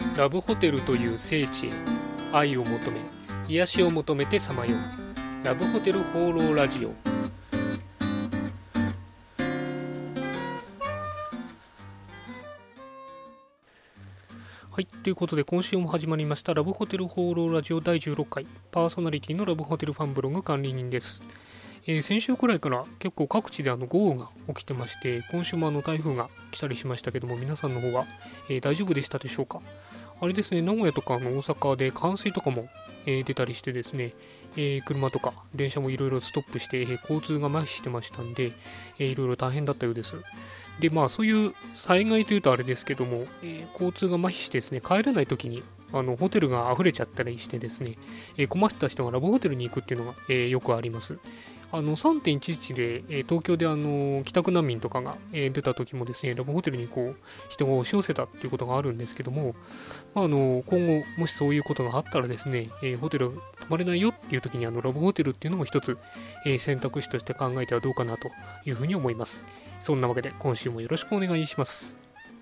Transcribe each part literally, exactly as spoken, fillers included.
ラブホテルという聖地へ愛を求め癒しを求めてさまようラブホテル放浪ラジオ。はい、ということで今週も始まりましたラブホテル放浪ラジオだいじゅうろっかい、パーソナリティのラブホテルファンブログ管理人です。えー、先週くらいから結構各地であの豪雨が起きてまして、今週もあの台風が来たりしましたけども、皆さんの方は、えー、大丈夫でしたでしょうか。あれですね、名古屋とかの大阪で冠水とかも、えー、出たりしてですね、えー、車とか電車もいろいろストップして、えー、交通が麻痺してましたんで、えー、いろいろ大変だったようです。で、まあそういう災害というとあれですけども、えー、交通が麻痺してですね、帰れない時にあのホテルが溢れちゃったりしてですね、えー、困った人がラブホテルに行くっていうのが、えー、よくあります。あの さんてんいちいち で、えー、東京であの帰宅難民とかが、えー、出た時もですね、ラブホテルにこう人が押し寄せたっていうことがあるんですけども、まあ、あの今後もしそういうことがあったらですね、えー、ホテル泊まれないよっていう時にあのラブホテルっていうのも一つ、えー、選択肢として考えてはどうかなというふうに思います。そんなわけで今週もよろしくお願いします。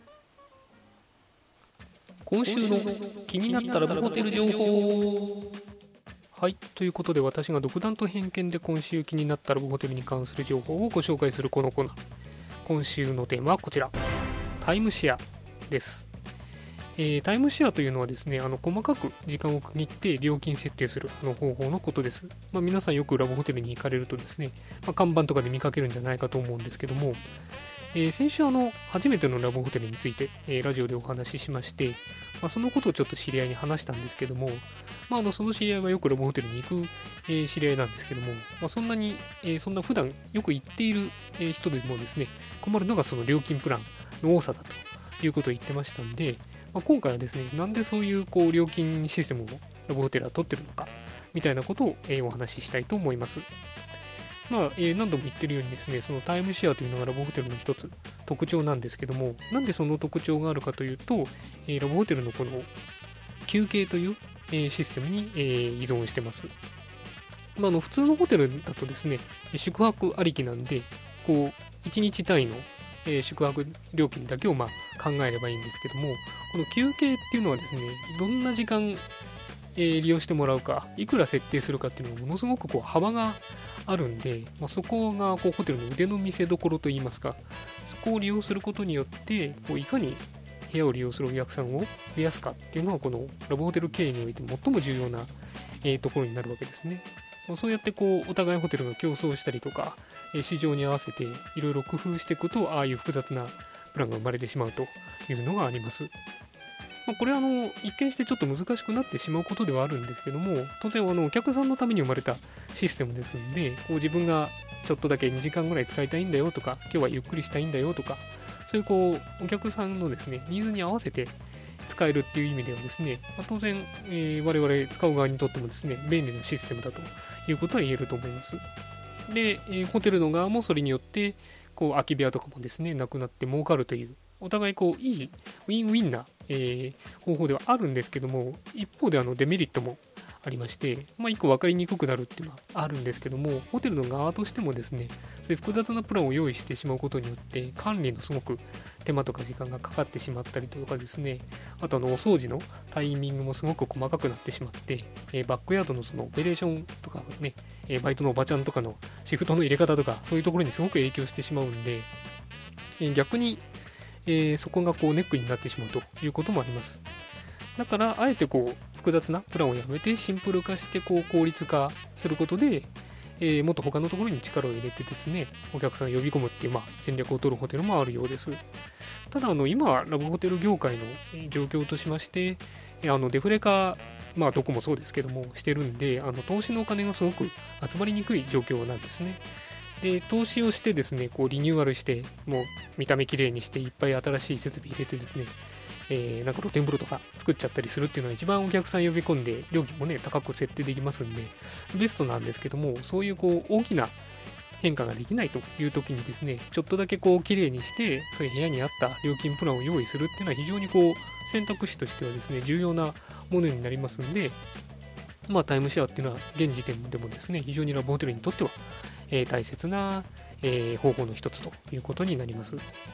今週の気になったラブホテル情報。はい、ということで私が独断と偏見で今週気になったラブホテルに関する情報をご紹介するこのコーナー。今週のテーマはこちら、タイムシェアです。えー、タイムシェアというのはですね、あの細かく時間を区切って料金設定するの方法のことです。まあ、皆さんよくラブホテルに行かれるとですね、まあ、看板とかで見かけるんじゃないかと思うんですけども、えー、先週あの初めてのラブホテルについて、えー、ラジオでお話ししまして、まあ、そのことをちょっと知り合いに話したんですけども、まあ、あのその知り合いはよくラブホテルに行く、えー、知り合いなんですけども、まあ、そんなに、えー、そんな普段よく行っている、えー、人でもですね、困るのがその料金プランの多さだということを言ってましたんで、まあ、今回はですね、なんでそういうこう料金システムをラブホテルは取ってるのかみたいなことを、えー、お話ししたいと思います。まあ、えー、何度も言ってるようにですね、そのタイムシェアというのがラブホテルの一つ特徴なんですけども、なんでその特徴があるかというと、えー、ラブホテルのこの休憩という、えー、システムに、えー、依存してます。まあ、あの普通のホテルだとですね、宿泊ありきなんで、こういちにち単位の、えー、宿泊料金だけをまあ考えればいいんですけども、この休憩っていうのはですね、どんな時間、えー、利用してもらうか、いくら設定するかっていうのがものすごくこう幅があるんで、まあ、そこがこうホテルの腕の見せ所といいますか、そこを利用することによってこういかに部屋を利用するお客さんを増やすかっていうのはこのラブホテル経営において最も重要な、えー、ところになるわけですね。そうやってこうお互いホテルが競争したりとか、えー、市場に合わせていろいろ工夫していくと、ああいう複雑なプランが生まれてしまうというのがあります。まあ、これはあの一見してちょっと難しくなってしまうことではあるんですけども、当然あのお客さんのために生まれたシステムですので、こう自分がちょっとだけにじかんぐらい使いたいんだよとか、今日はゆっくりしたいんだよとか、そういうこうお客さんのですねニーズに合わせて使えるっていう意味ではですね、まあ、当然、えー、我々使う側にとってもですね便利なシステムだということは言えると思います。で、えー、ホテルの側もそれによってこう空き部屋とかもですねなくなって儲かるという、お互いこういいウィンウィンな、えー、方法ではあるんですけども、一方であのデメリットもありまして、まあ、一個分かりにくくなるっていうのはあるんですけども、ホテルの側としてもですね、そういう複雑なプランを用意してしまうことによって管理のすごく手間とか時間がかかってしまったりとかですね、あとあのお掃除のタイミングもすごく細かくなってしまって、えー、バックヤードのそのオペレーションとかね、えー、バイトのおばちゃんとかのシフトの入れ方とかそういうところにすごく影響してしまうんで、えー、逆にえー、そこがこうネックになってしまうということもあります。だからあえてこう複雑なプランをやめてシンプル化してこう効率化することで、えー、もっと他のところに力を入れてですねお客さんを呼び込むっていう、まあ、戦略を取るホテルもあるようです。ただあの今ラブホテル業界の状況としましてあのデフレ化、まあどこもそうですけどもしてるんで、あの投資のお金がすごく集まりにくい状況なんですね。で投資をしてですねこうリニューアルしてもう見た目きれいにしていっぱい新しい設備入れてですね、えー、なんか露天風呂とか作っちゃったりするっていうのは一番お客さん呼び込んで料金もね高く設定できますんでベストなんですけども、そういうこう大きな変化ができないという時にですねちょっとだけこうきれいにしてそういう部屋に合った料金プランを用意するっていうのは非常にこう選択肢としてはですね重要なものになりますんで、まあタイムシェアっていうのは現時点でもですね非常にラブホテルにとってはえー、大切な、えー、方法の一つということになります。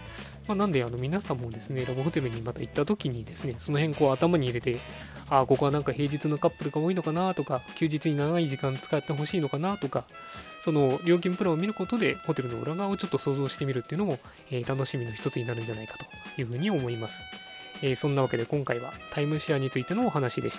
まあ、なんであの皆さんもですね、ラブホテルにまた行った時にですね、その辺こう頭に入れて、ああ、ここはなんか平日のカップルが多いのかなとか、休日に長い時間使ってほしいのかなとか、その料金プランを見ることで、ホテルの裏側をちょっと想像してみるっていうのも、えー楽しみの一つになるんじゃないかというふうに思います。えーそんなわけで今回はタイムシェアについてのお話でした。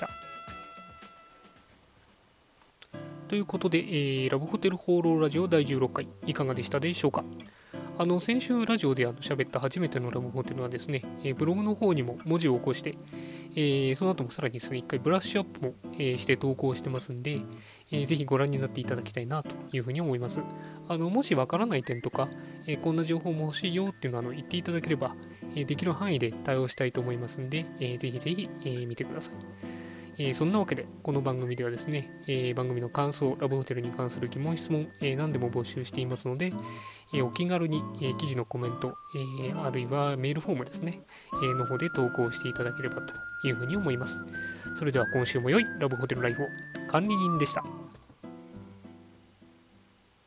ということで、えーラブホテル放浪ラジオだいじゅうろっかい、いかがでしたでしょうか。あの先週ラジオであの喋った初めてのラブホテルはですね、えーブログの方にも文字を起こして、えーその後もさらにですね、一回ブラッシュアップも、えーして投稿してますんで、えーぜひご覧になっていただきたいなというふうに思います。あのもしわからない点とか、えーこんな情報も欲しいよっていうのをあの言っていただければ、えーできる範囲で対応したいと思いますんで、えーぜひぜひ、えー見てください。えーそんなわけで、この番組ではですね、えー番組の感想、ラブホテルに関する疑問、質問、えー何でも募集していますので、えーお気軽に、えー記事のコメント、えーあるいはメールフォームですね、えーの方で投稿していただければというふうに思います。それでは今週も良いラブホテルライフを。管理人でした。